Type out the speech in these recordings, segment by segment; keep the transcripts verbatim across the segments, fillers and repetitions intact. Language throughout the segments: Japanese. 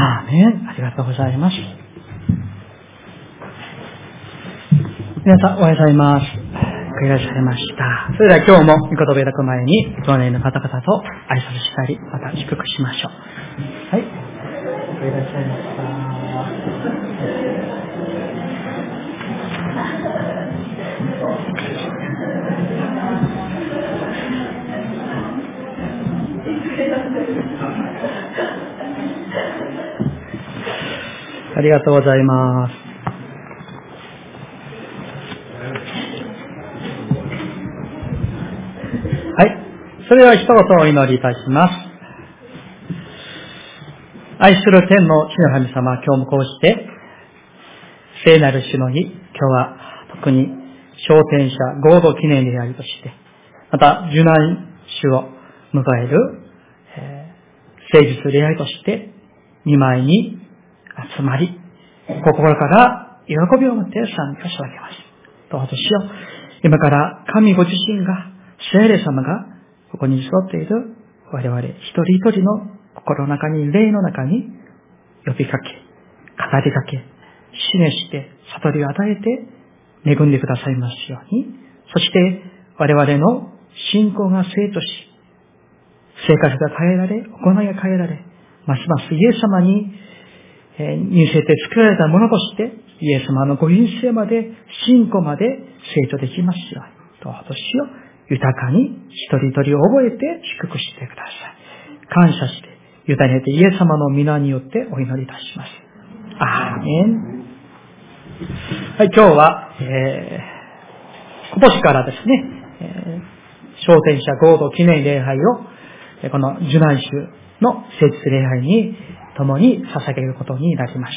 アーメン。ありがとうございます。皆さん、おはようございます。いらっしゃいました。それでは今日も御言葉をいただく前に、同年の方々と挨拶したり、また祝福しましょう。はい。いらっしゃいました。ありがとうございます。はい。それでは一言お祈りいたします。愛する天の地の神様、今日もこうして、聖なる主の日、今日は特に昇天者合同記念礼拝として、また受難主を迎える、えー、聖日礼拝として、見舞いに集まり、心から喜びを持って参加してあげます。どうぞしよう。今から神ご自身が、聖霊様がここに集っている我々一人一人の心の中に、霊の中に呼びかけ、語りかけ、示して悟りを与えて恵んでくださいますように。そして我々の信仰が成長し、生活が変えられ、行いが変えられ、ますますイエス様に似せて作られたものとして、イエス様のご品性まで、信仰まで成長できますように。どうぞしよう。豊かに一人一人を覚えて祝福してください。感謝して、委ねてイエス様の皆によってお祈りいたします。アーメン。はい、今日は、えー、今年からですね、えー、昇天者合同記念礼拝を、この受難週の聖日礼拝に共に捧げることになりました。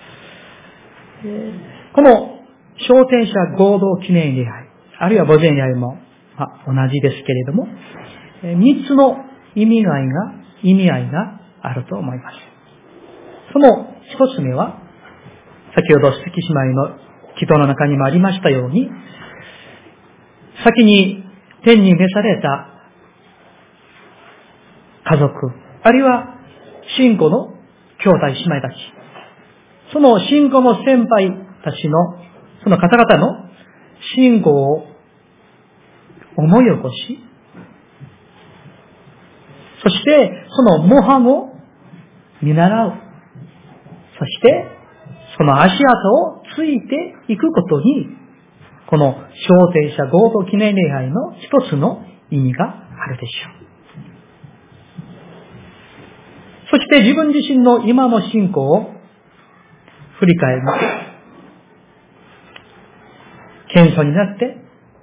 この昇天者合同記念礼拝、あるいは墓前礼拝も、まあ、同じですけれども、三つの意味合いが、意味合いがあると思います。その一つ目は、先ほど関姉妹の祈祷の中にもありましたように、先に天に召された家族、あるいは信仰の兄弟姉妹たち、その信仰の先輩たちの、その方々の信仰を思い起こし、そしてその模範を見習う。そしてその足跡をついていくことに、この昇天者合同記念礼拝の一つの意味があるでしょう。そして自分自身の今の信仰を振り返り、謙遜になって、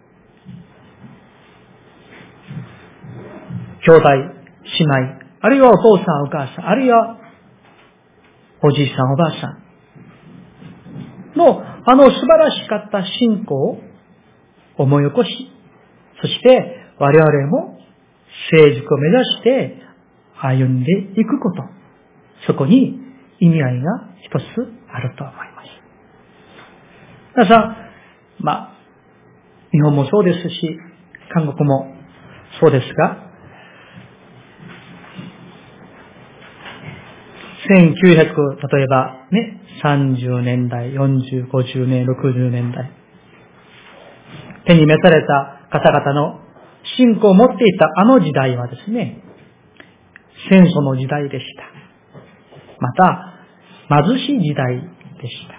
兄弟、姉妹、あるいはお父さん、お母さん、あるいはおじいさん、おばあさんのあの素晴らしかった信仰を思い起こし、そして我々も成熟を目指して歩んでいくこと、そこに意味合いが一つあると思います。皆さん、まあ、日本もそうですし、韓国もそうですが、せんきゅうひゃく、例えばね、さんじゅうねんだい、よんじゅう、ごじゅうねん、ろくじゅうねんだい、手に召された方々の信仰を持っていたあの時代はですね、戦争の時代でした。また、貧しい時代でした。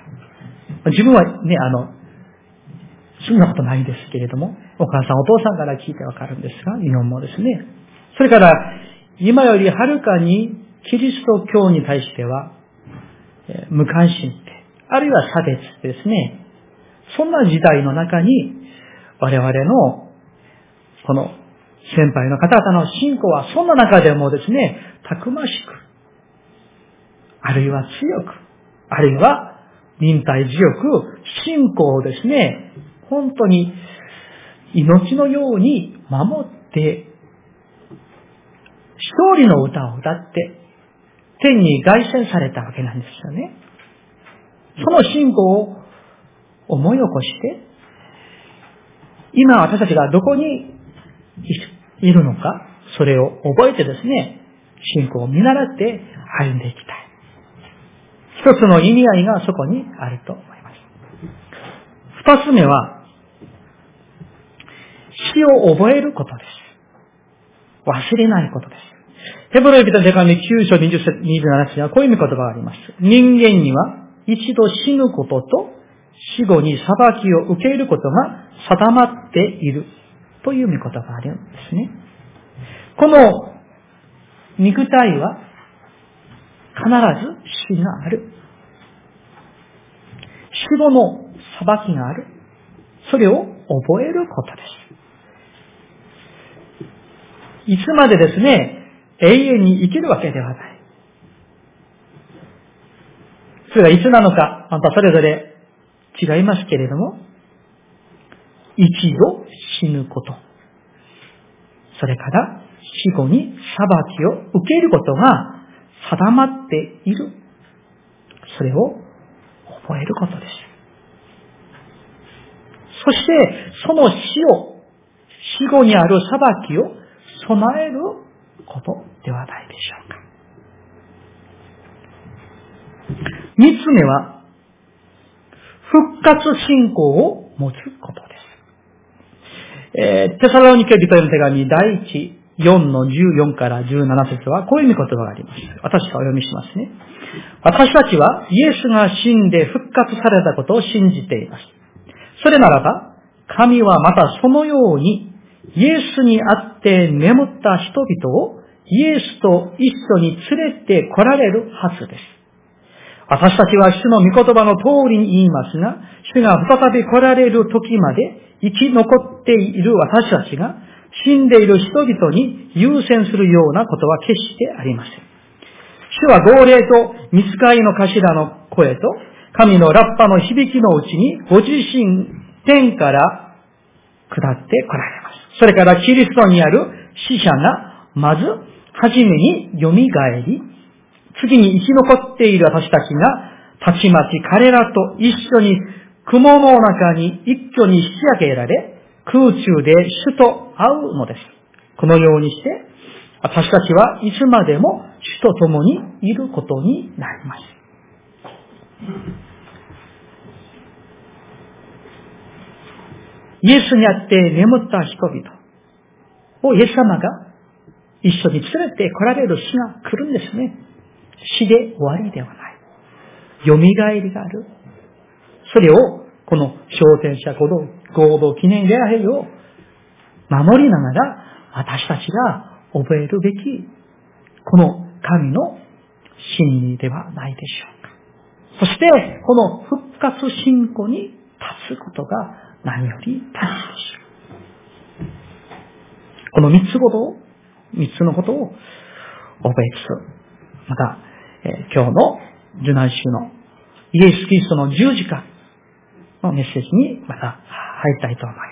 自分はね、あの、そんなことないですけれども、お母さん、お父さんから聞いてわかるんですが、日本もですね。それから、今よりはるかにキリスト教に対しては、無関心で、あるいは差別ですね。そんな時代の中に、我々の、この先輩の方々の信仰は、そんな中でもですね、たくましく、あるいは強く、あるいは忍耐強く、信仰をですね、本当に命のように守って、勝利の歌を歌って、天に凱旋されたわけなんですよね。その信仰を思い起こして、今私たちがどこにいるのか、それを覚えてですね、信仰を見習って歩んでいきたい。 一つの意味合いがそこにあると思います。二つ目は、死を覚えることです。忘れないことです。ヘブル人の手紙きゅう章にじゅうなな節にはこういう言葉があります。人間には一度死ぬことと死後に裁きを受けることが定まっているという見言葉があるんですね。この肉体は必ず死がある。死後の裁きがある。それを覚えることです。いつまでですね、永遠に生きるわけではない。それがいつなのか、またそれぞれ違いますけれども、一度死ぬこと。それから死後に裁きを受けることが定まっている。それを覚えることです。そして、その死を、死後にある裁きを備えることではないでしょうか。三つ目は、復活信仰を持つことです。えー、テサロニケ人への手紙第一よんのじゅうよんからじゅうなな節はこういう見言葉があります。私がお読みしますね。私たちはイエスが死んで復活されたことを信じています。それならば、神はまたそのようにイエスにあって眠った人々をイエスと一緒に連れて来られるはずです。私たちは主の御言葉の通りに言いますが、主が再び来られる時まで生き残っている私たちが死んでいる人々に優先するようなことは決してありません。主は号令と御使いの頭の声と神のラッパの響きのうちにご自身天から下って来られます。それからキリストにある死者がまずはじめに蘇り、次に生き残っている私たちがたちまち彼らと一緒に雲の中に一挙に引き上げられ、空中で主と会うのです。このようにして私たちはいつまでも主と共にいることになります。イエスにあって眠った人々をイエス様が一緒に連れて来られる日が来るんですね。死で終わりではない。蘇りがある。それをこの昇天者合同記念礼拝を守りながら私たちが覚えるべきこの神の真理ではないでしょうか。そしてこの復活信仰に立つことが何より大事でしょう。この三つことを、三つのことを覚えつつ、また、えー、今日の受難週のイエス・キリストの十字架のメッセージにまた入りたいと思います。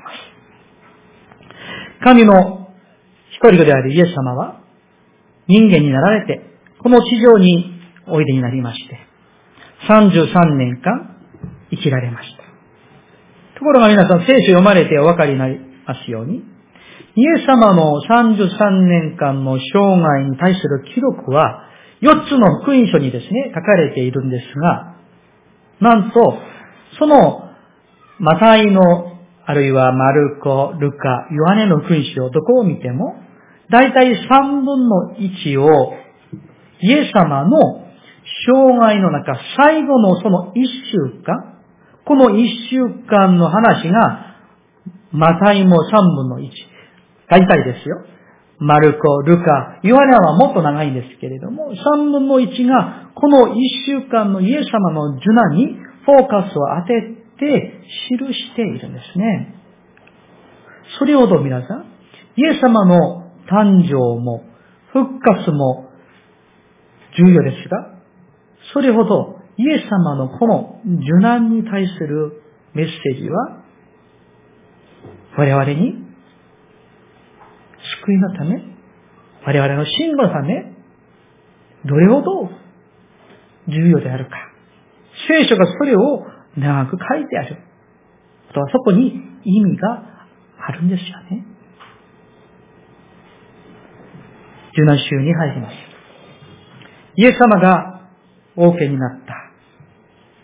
神の一人子であるイエス様は人間になられて、この地上においでになりまして、さんじゅうさんねんかん生きられました。ところが皆さん聖書読まれてお分かりになりますように、イエス様のさんじゅうさんねんかんの生涯に対する記録はよっつの福音書にですね、書かれているんですが、なんと、そのマタイの、あるいはマルコ、ルカ、ヨハネの福音書をどこを見ても、だいたいさんぶんのいちをイエス様の生涯の中、最後のそのいっしゅうかん、このいっしゅうかんの話が、マタイもさんぶんのいち。大体ですよ。マルコ、ルカ、ヨハネはもっと長いんですけれども、さんぶんのいちが、このいっしゅうかんのイエス様の受難にフォーカスを当てて記しているんですね。それほど皆さん、イエス様の誕生も復活も重要ですが、それほどイエス様のこの受難に対するメッセージは、我々に救いのため、我々の信のため、どれほど重要であるか。聖書がそれを長く書いてある。とはそこに意味があるんですよね。受難週に入ります。イエス様が王家になった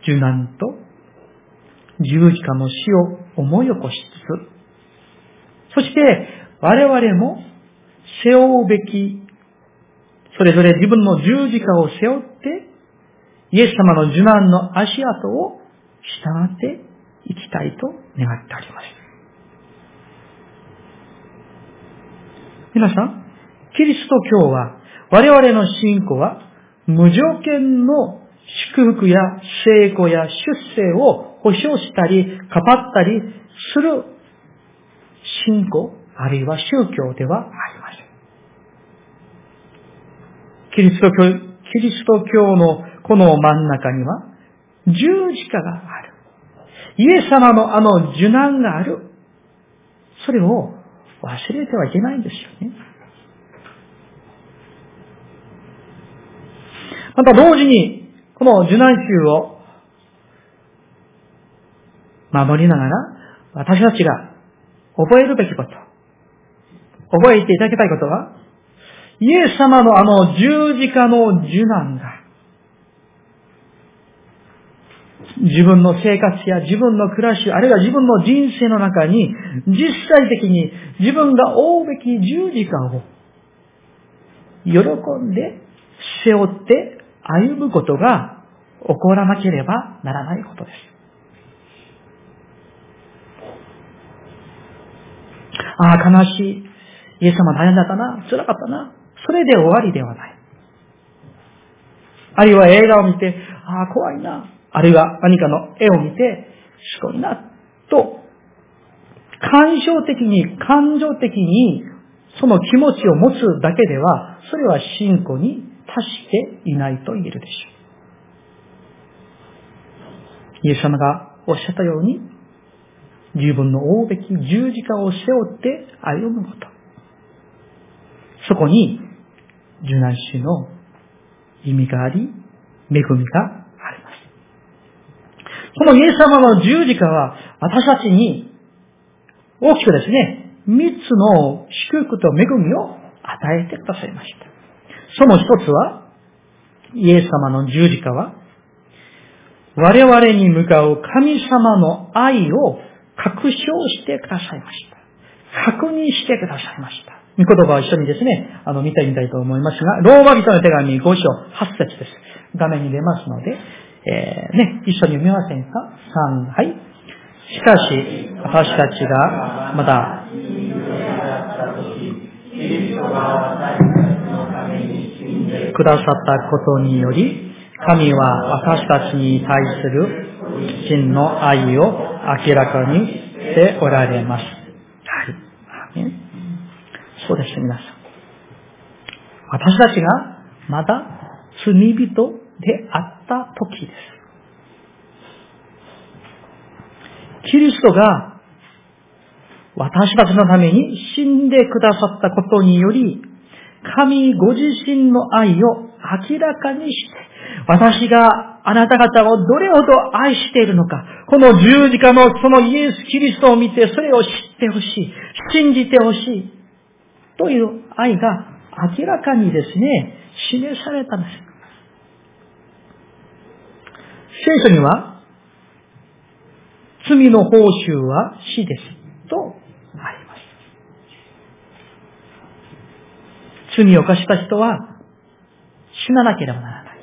受難と十字架の死を思い起こしつつ、そして我々も背負うべき、それぞれ自分の十字架を背負って、イエス様の受難の足跡を従っていきたいと願っております。皆さん、キリスト教は、我々の信仰は無条件の祝福や成功や出世を保証したり、かばったりする信仰、あるいは宗教ではありません。キリスト教、キリスト教のこの真ん中には十字架がある。イエス様のあの受難がある。それを忘れてはいけないんですよね。また同時に、この受難週を守りながら、私たちが覚えるべきこと、覚えていただきたいことは、イエス様のあの十字架の受難が、自分の生活や自分の暮らし、あるいは自分の人生の中に、実際的に自分が負うべき十字架を喜んで背負って歩むことが起こらなければならないことです。ああ、悲しい。イエス様大変だったな。辛かったな。それで終わりではない。あるいは映画を見て、ああ、怖いな。あるいは何かの絵を見て、すごいな。と、感情的に、感情的に、その気持ちを持つだけでは、それは信仰に達していないと言えるでしょう。イエス様がおっしゃったように、自分の負うべき十字架を背負って歩むこと。そこに、受難死の意味があり、恵みがあります。このイエス様の十字架は、私たちに大きくですね、三つの祝福と恵みを与えてくださいました。その一つは、イエス様の十字架は、我々に向かう神様の愛を確証してくださいました。確認してくださいました。御言葉を一緒にですね、あの、見てみたいと思いますが、ローマ人の手紙ご章はち節です。画面に出ますので、えー、ね、一緒に読みませんか？さん、はい。しかし、私たちがまだ、くださったことにより、神は私たちに対する真の愛を明らかにしておられます。はい。そうです、皆さん。私たちがまだ罪人であった時です。キリストが私たちのために死んでくださったことにより、神ご自身の愛を明らかにして、私があなた方をどれほど愛しているのか、この十字架のそのイエス・キリストを見て、それを知ってほしい、信じてほしい、という愛が明らかにですね、示されたんです。聖書には、罪の報酬は死です、とあります。罪を犯した人は死ななければならない。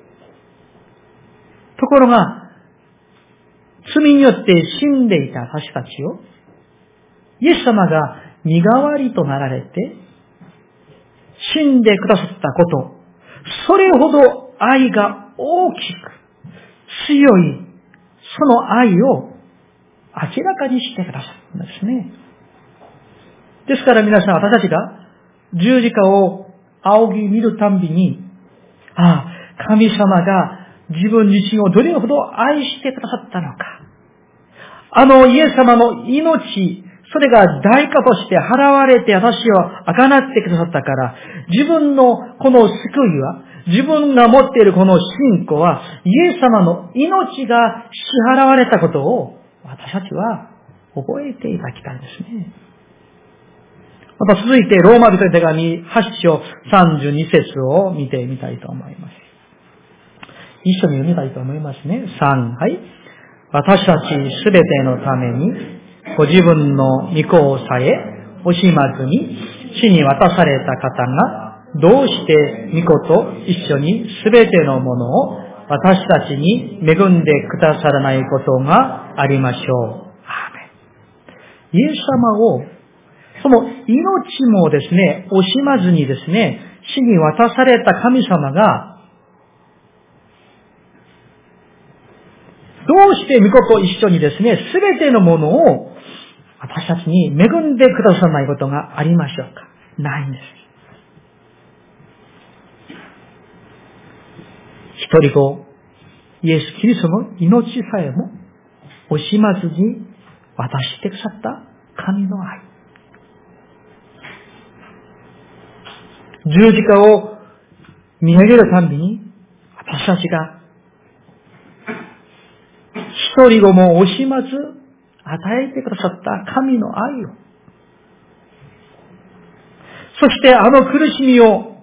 ところが、罪によって死んでいた私たちを、イエス様が身代わりとなられて、死んでくださったこと、それほど愛が大きく、強い、その愛を明らかにしてくださったんですね。ですから皆さん、私たちが十字架を仰ぎ見るたんびに、ああ、神様が自分自身をどれほど愛してくださったのか。あのイエス様の命、それが代価として払われて私を贖ってくださったから、自分のこの救いは、自分が持っているこの信仰は、イエス様の命が支払われたことを私たちは覚えていただきたいんですね。また続いて、ローマ人の手紙はち章さんじゅうに節を見てみたいと思います。 一緒に読みたいと思いますね。さん、はい。私たちすべてのために、ご自分の御子をさえ惜しまずに死に渡された方が、どうして御子と一緒にすべてのものを私たちに恵んでくださらないことがありましょう。アーメン。イエス様を、その命もですね、惜しまずにですね、死に渡された神様が、どうして御子と一緒にですね、すべてのものを私たちに恵んでくださらないことがありましょうか？ないんです。一人子、イエス・キリストの命さえも惜しまずに渡してくださった神の愛。十字架を見上げるたびに、私たちが一人子も惜しまず与えてくださった神の愛を、そしてあの苦しみを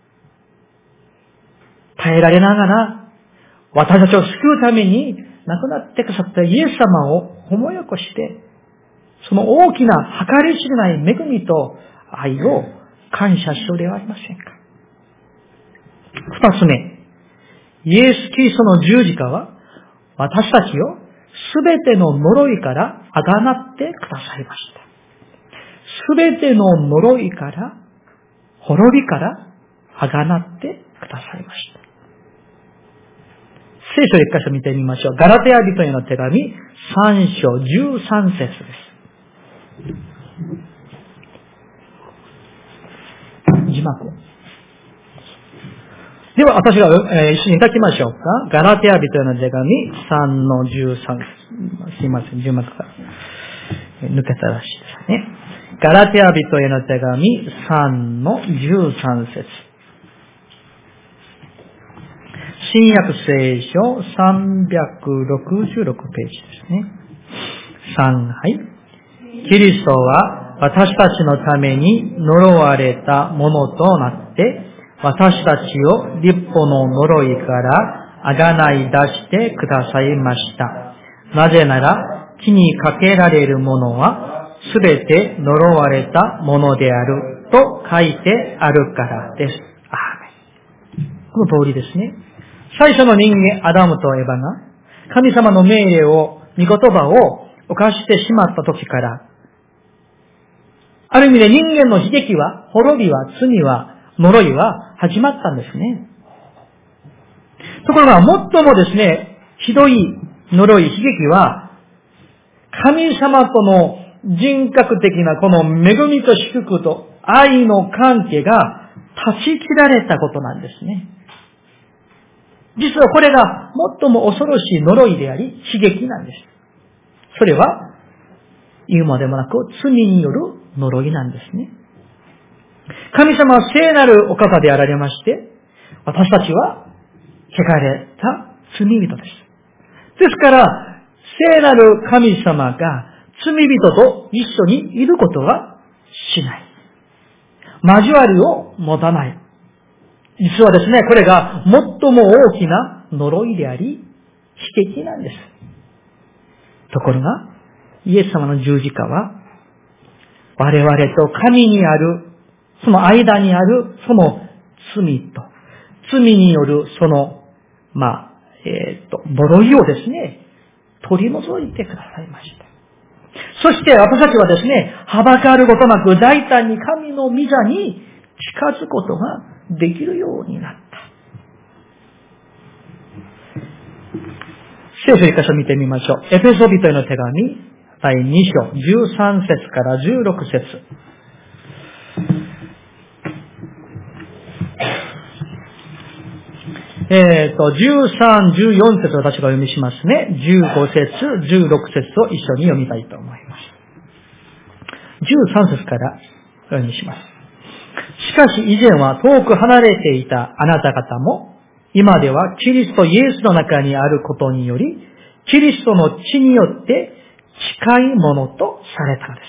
耐えられながら、私たちを救うために亡くなってくださったイエス様を思い起こして、その大きな計り知れない恵みと愛を感謝しようではありませんか。二つ目、イエス・キリストの十字架は私たちをすべての呪いからあがなってくださいました。すべての呪いから、滅びからあがなってくださいました。聖書を一箇所見てみましょう。ガラテヤ人への手紙さん章じゅうさん節です。字幕。では私が、えー、一緒にいただきましょうか。ガラテヤ人への手紙さんのじゅうさん節。すいません、字幕から抜けたらしいですね。ガラテヤ人への手紙さんのじゅうさん節。新約聖書さんびゃくろくじゅうろくページですね。さん、はい。キリストは私たちのために呪われたものとなって、私たちを律法の呪いからあがない出してくださいました。なぜなら、木にかけられるものはすべて呪われたものであると書いてあるからです。アーメン。この通りですね。最初の人間、アダムとエバが、神様の命令を、御言葉を犯してしまった時から、ある意味で人間の悲劇は、滅びは、罪は、呪いは始まったんですね。ところが、最もですね、ひどい呪い、悲劇は、神様との人格的なこの恵みと祝福と愛の関係が断ち切られたことなんですね。実はこれが最も恐ろしい呪いであり、悲劇なんです。それは、言うまでもなく罪による呪いなんですね。神様は聖なるお方であられまして、私たちは汚れた罪人です。ですから、聖なる神様が罪人と一緒にいることはしない。交わりを持たない。実はですね、これが最も大きな呪いであり、悲劇なんです。ところが、イエス様の十字架は、我々と神にある、その間にある、その罪と、罪によるその、まあ、えっと、呪いをですね、取り除いてくださいました。そして私たちはですね、はばかることなく大胆に神の御座に近づくことができるようになった。聖書一箇所見てみましょう。エペソビトへの手紙、だいに章、じゅうさん節からじゅうろく節。えっと、じゅうさん、じゅうよん節を私が読みしますね。じゅうご節、じゅうろく節を一緒に読みたいと思います。じゅうさん節からお読みします。しかし以前は遠く離れていたあなた方も、今ではキリストイエスの中にあることにより、キリストの血によって近いものとされたのです。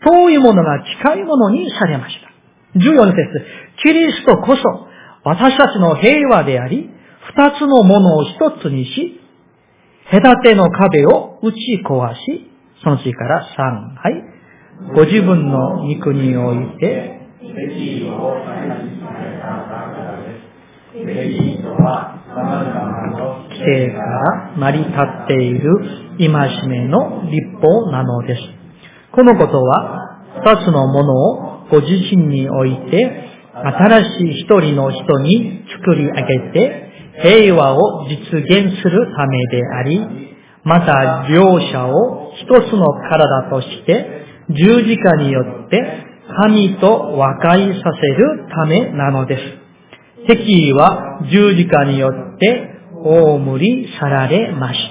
遠いものが近いものにされました。じゅうよん節、キリストこそ私たちの平和であり、 二つのものを一つにし、隔ての壁を打ち壊し、その次から三、はい。ご自分の肉において、敵意を退治されたからです。敵意とは、様々な規定から成り立っている戒めの律法なのです。このことは、二つのものをご自身において、新しい一人の人に作り上げて、平和を実現するためであり、また両者を一つの体として、十字架によって神と和解させるためなのです。敵意は十字架によって葬り去られました。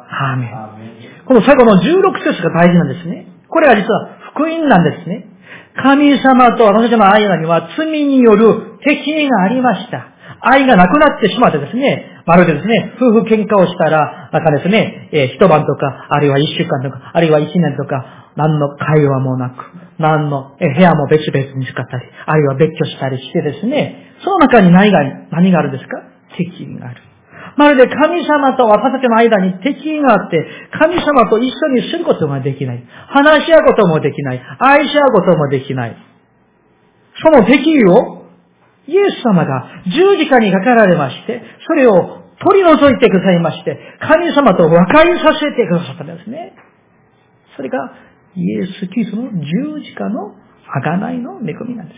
アーメン。この最後のじゅうろく節が大事なんですね。これは実は福音なんですね。神様と私たちの間には罪による敵意がありました。愛がなくなってしまってですね、まるでですね、夫婦喧嘩をしたら、なんかですね、えー、一晩とか、あるいは一週間とか、あるいは一年とか、何の会話もなく、何の、えー、部屋も別々に使ったり、あるいは別居したりしてですね、その中に何が、何があるんですか？敵意がある。まるで神様と私たちの間に敵意があって、神様と一緒にすることができない。話し合うこともできない。愛し合うこともできない。その敵意を、イエス様が十字架にかかられまして、それを取り除いてくださいまして、神様と和解させてくださったんですね。それがイエス・キリストの十字架の贖いの恵みなんです。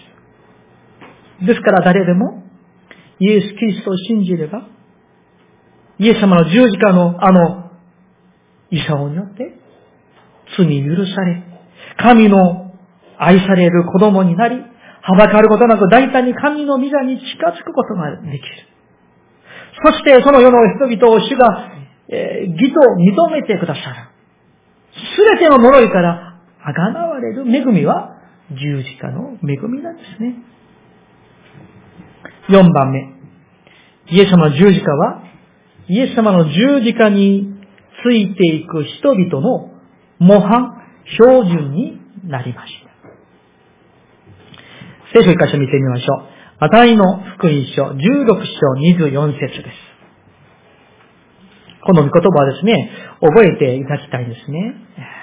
ですから誰でもイエス・キリストを信じれば、イエス様の十字架のあの功によって罪許され、神の愛される子供になり、はばかることなく大胆に神の御座に近づくことができる。そしてその世の人々を主が、えー、義と認めてくださる。すべての呪いから贖われる恵みは十字架の恵みなんですね。よんばんめ。イエス様の十字架は、イエス様の十字架についていく人々の模範、標準になりました。聖書一箇所見てみましょう。マタイの福音書じゅうろく章にじゅうよん節です。この御言葉はですね、覚えていただきたいですね。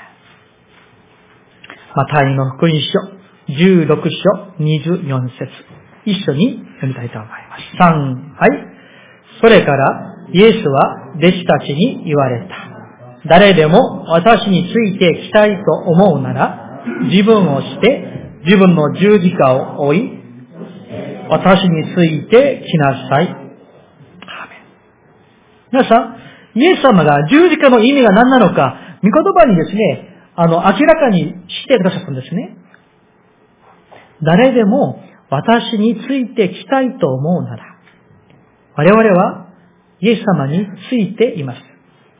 マタイの福音書じゅうろく章にじゅうよん節。一緒に読みたいと思います。さん、はい。それからイエスは弟子たちに言われた。誰でも私についてきたいと思うなら、自分をして、自分の十字架を追い、私についてきなさい。アーメン。皆さん、イエス様が十字架の意味が何なのか、御言葉にですね、あの、明らかにしてくださったんですね。誰でも私についてきたいと思うなら、我々はイエス様についています。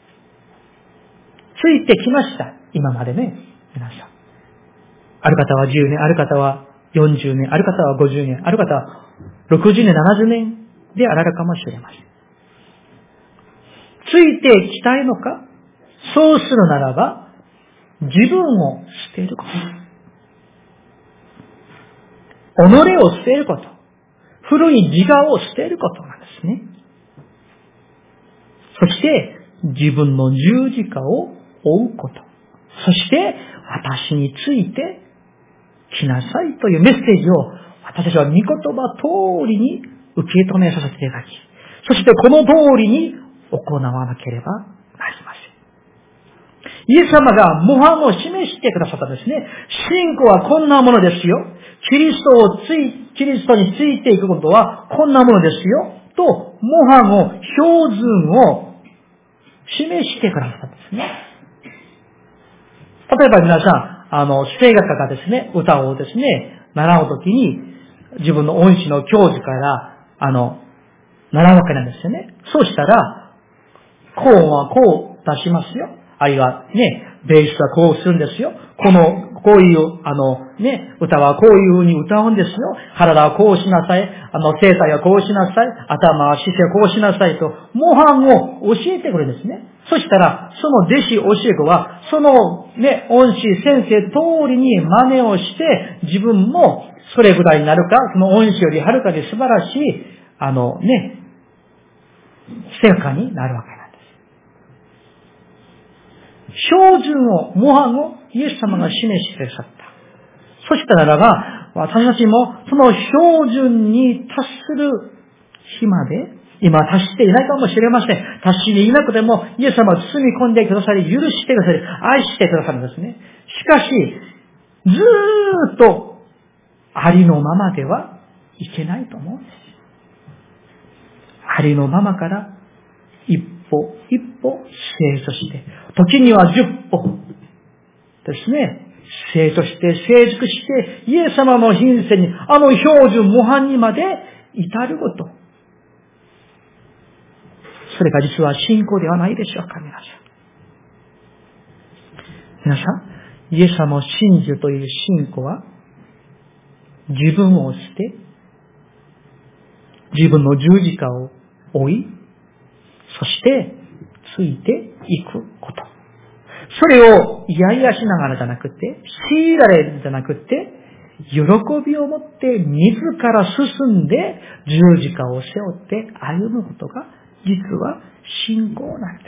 ついてきました。今までね、皆さん。ある方はじゅうねん、ある方はよんじゅうねん、ある方はごじゅうねん、ある方はろくじゅうねん、ななじゅうねんであられるかもしれません。ついてきたいのか？そうするならば、自分を捨てること。己を捨てること。古い自我を捨てることなんですね。そして、自分の十字架を追うこと。そして、私について来なさいというメッセージを私たちは御言葉通りに受け止めさせていただき、そしてこの通りに行わなければなりません。イエス様が模範を示してくださったんですね。信仰はこんなものですよ。キリストをつい、キリストについていくことはこんなものですよ。と、模範を、標準を示してくださったんですね。例えば皆さん、あの、声楽家がですね、歌をですね、習うときに、自分の恩師の教授から、あの、習うわけなんですよね。そうしたら、高音はこう出しますよ。あるいはね、ベースはこうするんですよ。この、こういう、あの、ね、歌はこういう風に歌うんですよ。体はこうしなさい。あの、声帯はこうしなさい。頭は姿勢はこうしなさいと、模範を教えてくれるんですね。そしたら、その弟子教え子は、そのね、恩師先生通りに真似をして、自分もそれぐらいになるか、その恩師よりはるかに素晴らしい、あのね、 成果になるわけなんです。標準を、模範をイエス様が示してくださった。そしたならば、私たちもその標準に達する日まで、今達していないかもしれません。達していなくても、イエス様は包み込んでくださり、許してくださり、愛してくださるんですね。しかし、ずーっとありのままではいけないと思うんです。ありのままから一歩一歩成長して、時には十歩ですね、成長して成熟して、イエス様の品性に、あの標準模範にまで至ること。それが実は信仰ではないでしょうか、皆さん。皆さん、イエス様を信じるという信仰は、自分を捨て、自分の十字架を追い、そしてついていくこと。それを嫌々しながらじゃなくて、強いられるんじゃなくて、喜びを持って自ら進んで十字架を背負って歩むことが実は信仰なんです。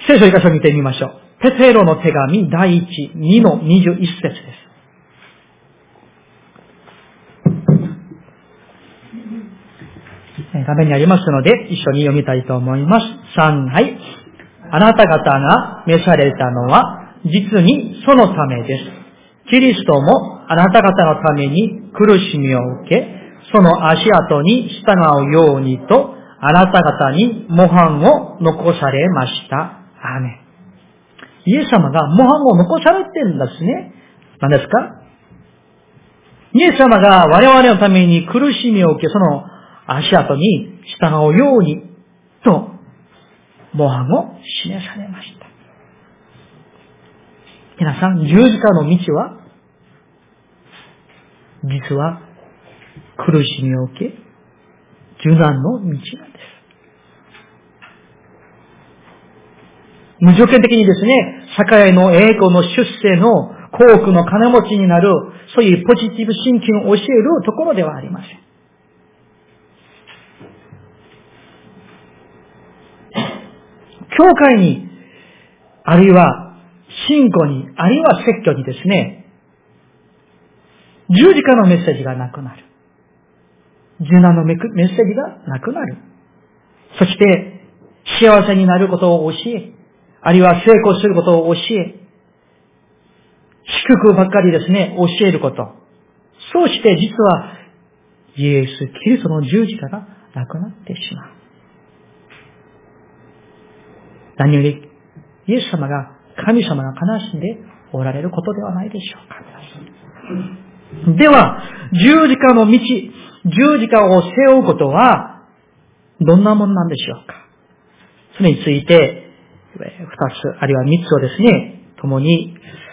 聖書一箇所見てみましょう。ペテロの手紙第一、にのにじゅういち節です。画面にありますので一緒に読みたいと思います。さん、はい。あなた方が召されたのは実にそのためです。キリストもあなた方のために苦しみを受け、その足跡に従うようにと、あなた方に模範を残されました。アーメン。イエス様が模範を残されてるんですね。何ですか？イエス様が我々のために苦しみを受け、その足跡に従うようにと、模範を示されました。皆さん、十字架の道は、実は苦しみを受け、受難の道なんです。無条件的にですね、社会の栄光の出世の幸福の金持ちになる、そういうポジティブシンキングを教えるところではありません。教会に、あるいは信仰に、あるいは説教にですね、十字架のメッセージがなくなる。受難のメッセージがなくなる。そして、幸せになることを教え、あるいは成功することを教え、祝福ばっかりですね、教えること。そうして実は、イエス・キリストの十字架がなくなってしまう。何より、イエス様が、神様が悲しんでおられることではないでしょうか。では、十字架の道、十字架を背負うことは、どんなものなんでしょうか。それについて、二つ、あるいは三つをですね、共に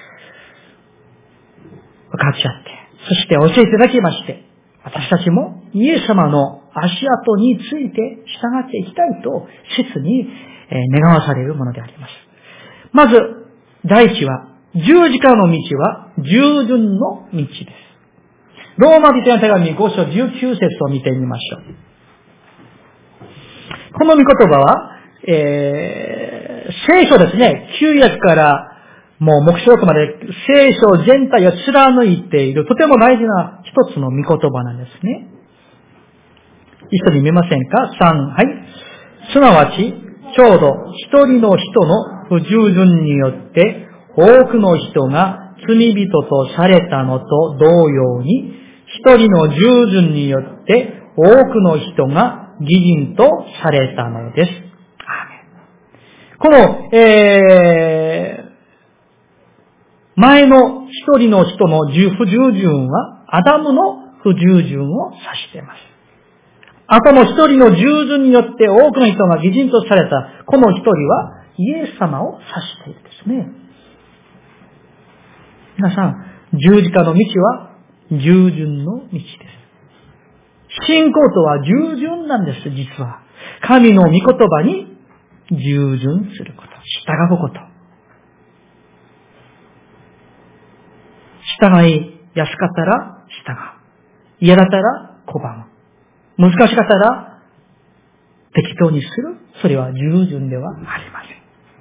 分かち合って、そして教えていただきまして、私たちもイエス様の足跡について従っていきたいと、切に願わされるものであります。まず、第一は、十字架の道は従順の道です。ローマ人の手紙ご章じゅうきゅう節を見てみましょう。この御言葉は、えー、聖書ですね、旧約からもう黙示録まで聖書全体を貫いているとても大事な一つの御言葉なんですね。一緒に見ませんか？さん、はい。すなわち、ちょうど一人の人の不従順によって多くの人が罪人とされたのと同様に、一人の従順によって多くの人が義人とされたのです。この、えー、前の一人の人の不従順は、アダムの不従順を指しています。あとの一人の従順によって多くの人が義人とされた、この一人はイエス様を指しているんですね。皆さん、十字架の道は従順の道です。信仰とは従順なんです、実は。神の御言葉に従順すること。従うこと。従いやすかったら従う。嫌だったら拒む。難しかったら適当にする。それは従順ではありません。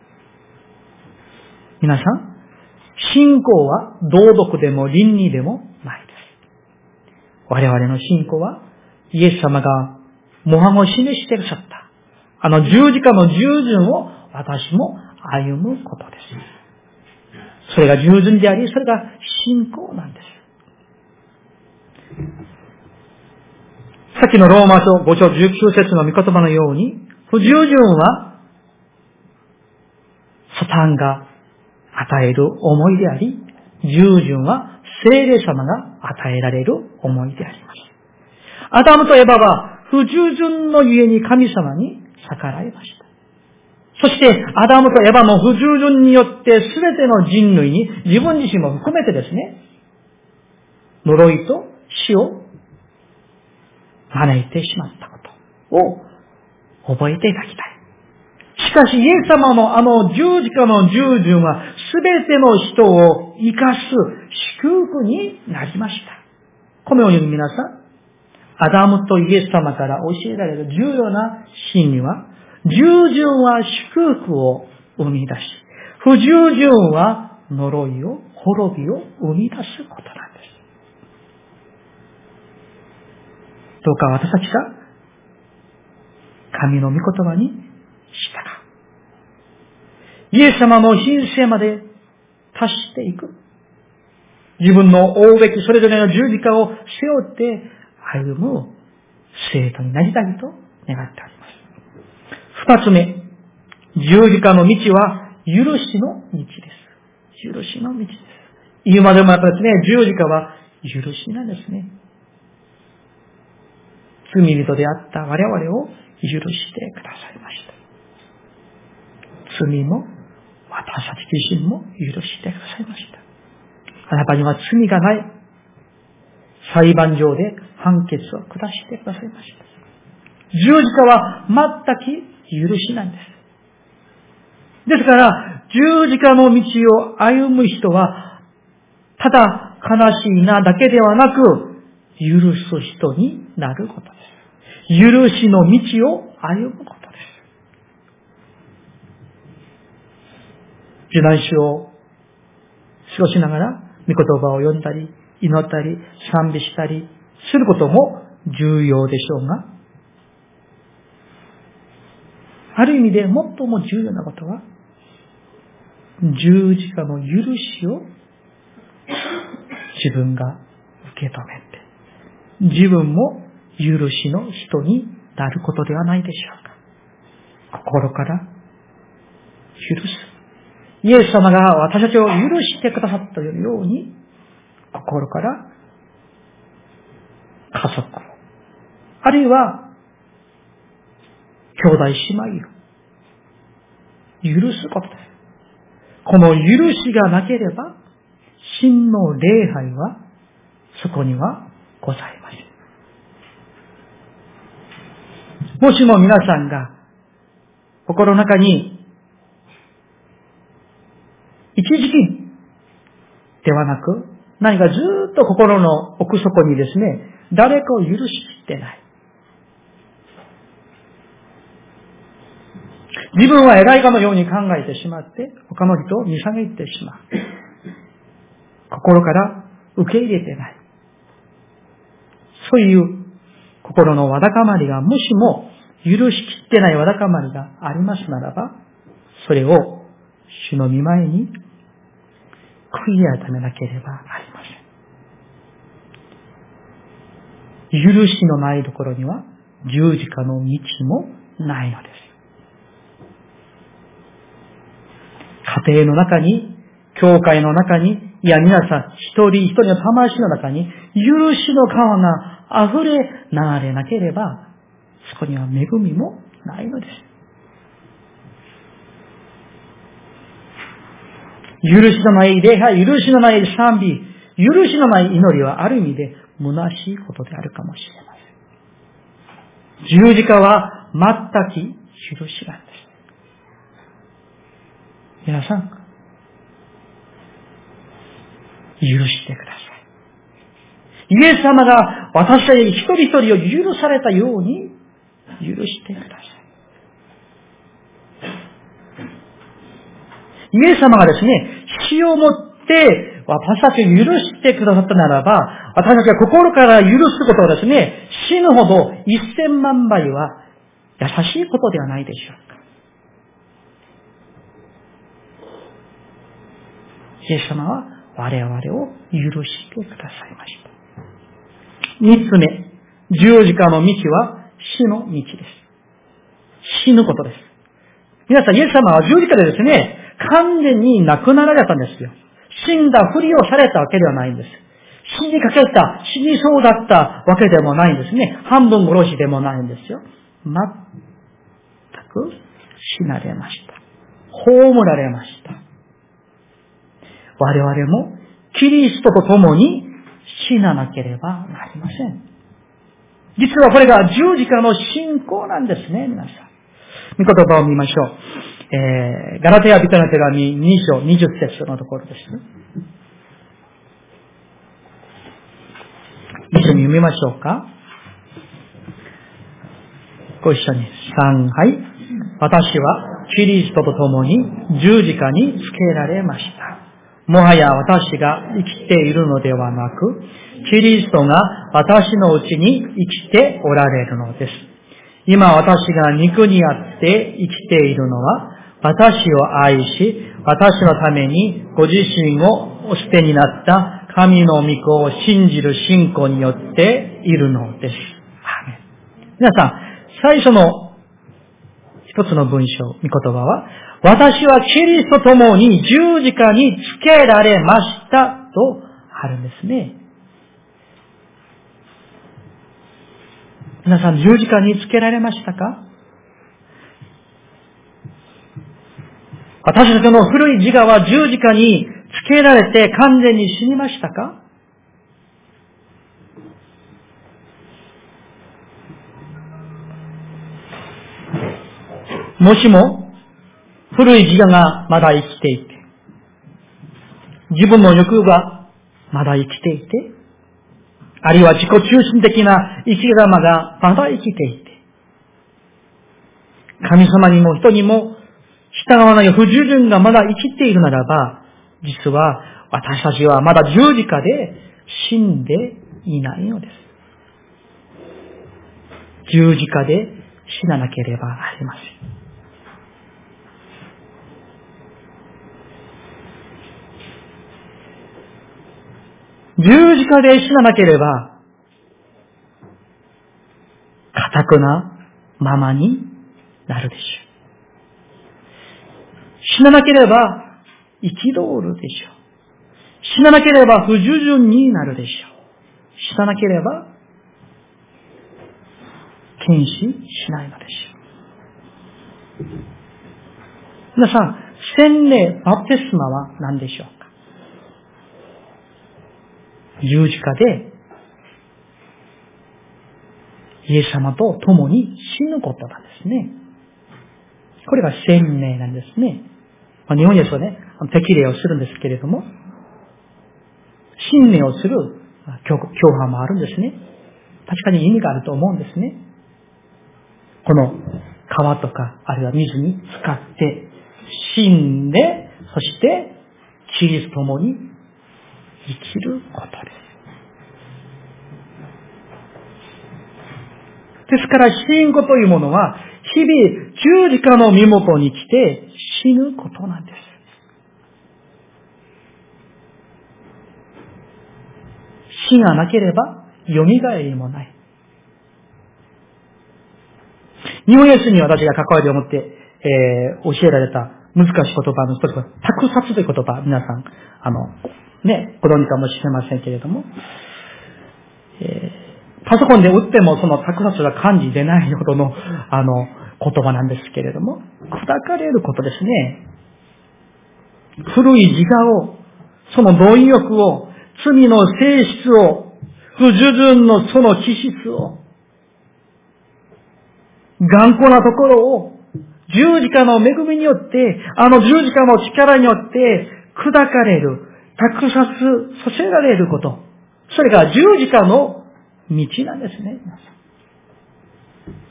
皆さん、信仰は道徳でも倫理でもないです。我々の信仰はイエス様が模範を示してくださった。あの十字架の従順を私も歩むことです。それが従順であり、それが信仰なんです。さっきのローマ書ご章じゅうきゅう節の御言葉のように、不従順はサタンが与える思いであり、従順は聖霊様が与えられる思いであります。アダムとエバは不従順のゆえに神様に逆らいました。そしてアダムとエバの不従順によってすべての人類に自分自身も含めてですね、呪いと死を招いてしまったことを覚えていただきたい。しかしイエス様のあの十字架の従順はすべての人を生かす祝福になりました。このように皆さん、アダムとイエス様から教えられる重要な真理は、従順は祝福を生み出し、不従順は呪いを、滅びを生み出すことなんです。どうか私たちが神の御言葉に従う。イエス様の神聖まで達していく。自分の負うべきそれぞれの十字架を背負って歩む生徒になりたいと願っております。二つ目、十字架の道は許しの道です。許しの道です。言うまでもやっぱりですね、十字架は許しなんですね。罪人であった我々を許してくださいました。罪も私たち自身も許してくださいました。あなたには罪がない。裁判上で判決を下してくださいました。十字架は全く許しなんです。ですから、十字架の道を歩む人は、ただ悲しいなだけではなく、許す人になることです。許しの道を歩むことです。受難週を過ごしながら、御言葉を読んだり、祈ったり、賛美したりすることも重要でしょうが、ある意味で最も重要なことは、十字架の許しを自分が受け止めて、自分も許しの人になることではないでしょうか。心から許す。イエス様が私たちを許してくださったように、心から家族を、あるいは兄弟姉妹を許すことです。この許しがなければ、真の礼拝はそこにはございません。もしも皆さんが心の中に一時金ではなく、何かずっと心の奥底にですね、誰かを許しきってない。自分は偉いかのように考えてしまって、他の人を見下げてしまう。心から受け入れてない。そういう心のわだかまりが、もしも許しきってないわだかまりがありますならば、それを主の御前に悔い改めなければなりません。許しのないところには十字架の道もないのです。家庭の中に、教会の中に、いや皆さん一人一人の魂の中に許しの川が溢れ流れなければ、そこには恵みもないのです。許しのない礼拝、許しのない賛美、許しのない祈りはある意味で虚しいことであるかもしれません。十字架は全く許しなんです。皆さん、許してください。イエス様が私たち一人一人を許されたように許してください。 イエス様がですね、死をもって私たちを許してくださったならば、私たちが心から許すことはですね、死ぬほど一千万倍は優しいことではないでしょうか。イエス様は我々を許してくださいました。三つ目、十字架の道は死の道です。死ぬことです。皆さん、イエス様は十字架でですね、完全に亡くなられたんですよ。死んだふりをされたわけではないんです。死にかけた、死にそうだったわけでもないんですね。半分殺しでもないんですよ。全く死なれました。葬られました。我々もキリストと共に死ななければなりません。実はこれが十字架の信仰なんですね、皆さん。御言葉を見ましょう。えー、ガラテヤ人の手紙に章にじゅっ節のところです。一緒に読みましょうか。ご一緒に。三、はい。私はキリストと共に十字架につけられました。もはや私が生きているのではなく、キリストが私のうちに生きておられるのです。今私が肉にあって生きているのは、私を愛し、私のためにご自身をお捨てになった神の御子を信じる信仰によっているのです。アーメン。皆さん、最初の一つの文章、御言葉は、私はキリストと共に十字架につけられましたとあるんですね。皆さん、十字架につけられましたか？私たちの古い自我は十字架につけられて完全に死にましたか？もしも古い自我がまだ生きていて、自分の欲がまだ生きていて、あるいは自己中心的な生き様がまだ生きていて、神様にも人にも従わない不従順がまだ生きているならば、実は私たちはまだ十字架で死んでいないのです。十字架で死ななければなりません。十字架で死ななければ、堅くなままになるでしょう。死ななければ憤るでしょう。死ななければ不従順になるでしょう。死ななければ検視しないのでしょう。皆さん、洗礼、バプテスマは何でしょうか？十字架でイエス様と共に死ぬことなんですね。これが洗礼なんですね。まあ、日本ですとね、適礼をするんですけれども、信念をする教派もあるんですね。確かに意味があると思うんですね。この川とか、あるいは水に浸かって、死んで、そしてキリストと共に生きることです。ですから、信仰というものは、日々十字架の身元に来て死ぬことなんです。死がなければ、蘇りもない。日本イエスに私が関わりを持って、えー、教えられた難しい言葉の一つは、託殺という言葉、皆さん、あの、ね、ご存知かもしれませんけれども、えー、パソコンで打ってもその託殺が漢字出ないほどの、あの、言葉なんですけれども、砕かれることですね。古い自我を、その貪欲を、罪の性質を、不従順のその気質を、頑固なところを、十字架の恵みによって、あの十字架の力によって、砕かれる、託殺させられること。それが十字架の道なんですね。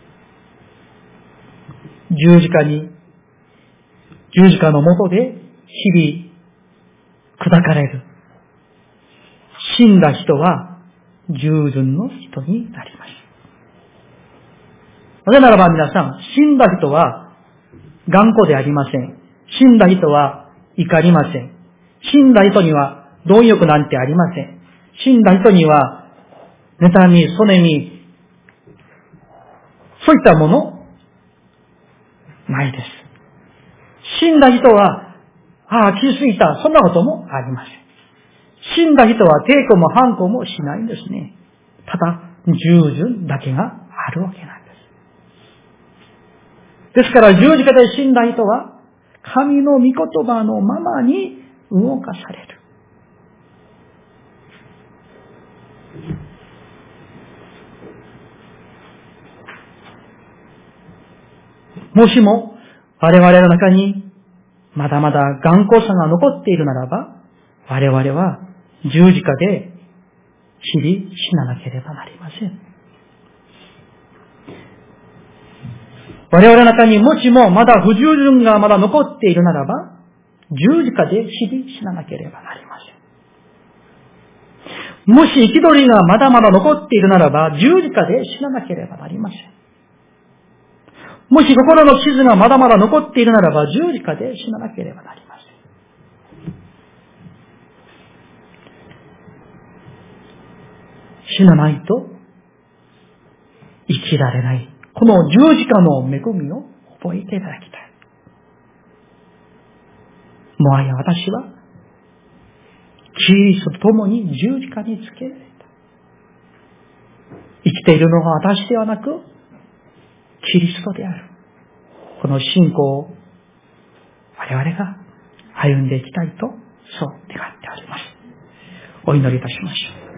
十字架に、十字架の下で日々砕かれる。死んだ人は従順の人になります。なぜならば皆さん、死んだ人は頑固でありません。死んだ人は怒りません。死んだ人には貪欲なんてありません。死んだ人には妬み、そねみ、そういったものないです。死んだ人は、ああ、気づいた、そんなこともありません。死んだ人は抵抗も反抗もしないんですね。ただ、従順だけがあるわけなんです。ですから、十字架で死んだ人は、神の御言葉のままに動かされる。もしも、我々の中に、まだまだ頑固さが残っているならば、我々は十字架で死に死ななければなりません。我々の中にもしもまだ不従順がまだ残っているならば、十字架で死に死ななければなりません。もし憤りがまだまだ残っているならば、十字架で死ななければなりません。もし心の傷がまだまだ残っているならば、十字架で死ななければなりません。死なないと生きられない。この十字架の恵みを覚えていただきたい。もはや私はキリストと共に十字架につけられた。生きているのは私ではなくキリストである。この信仰を我々が歩んでいきたいとそう願っております。お祈りいたしましょう。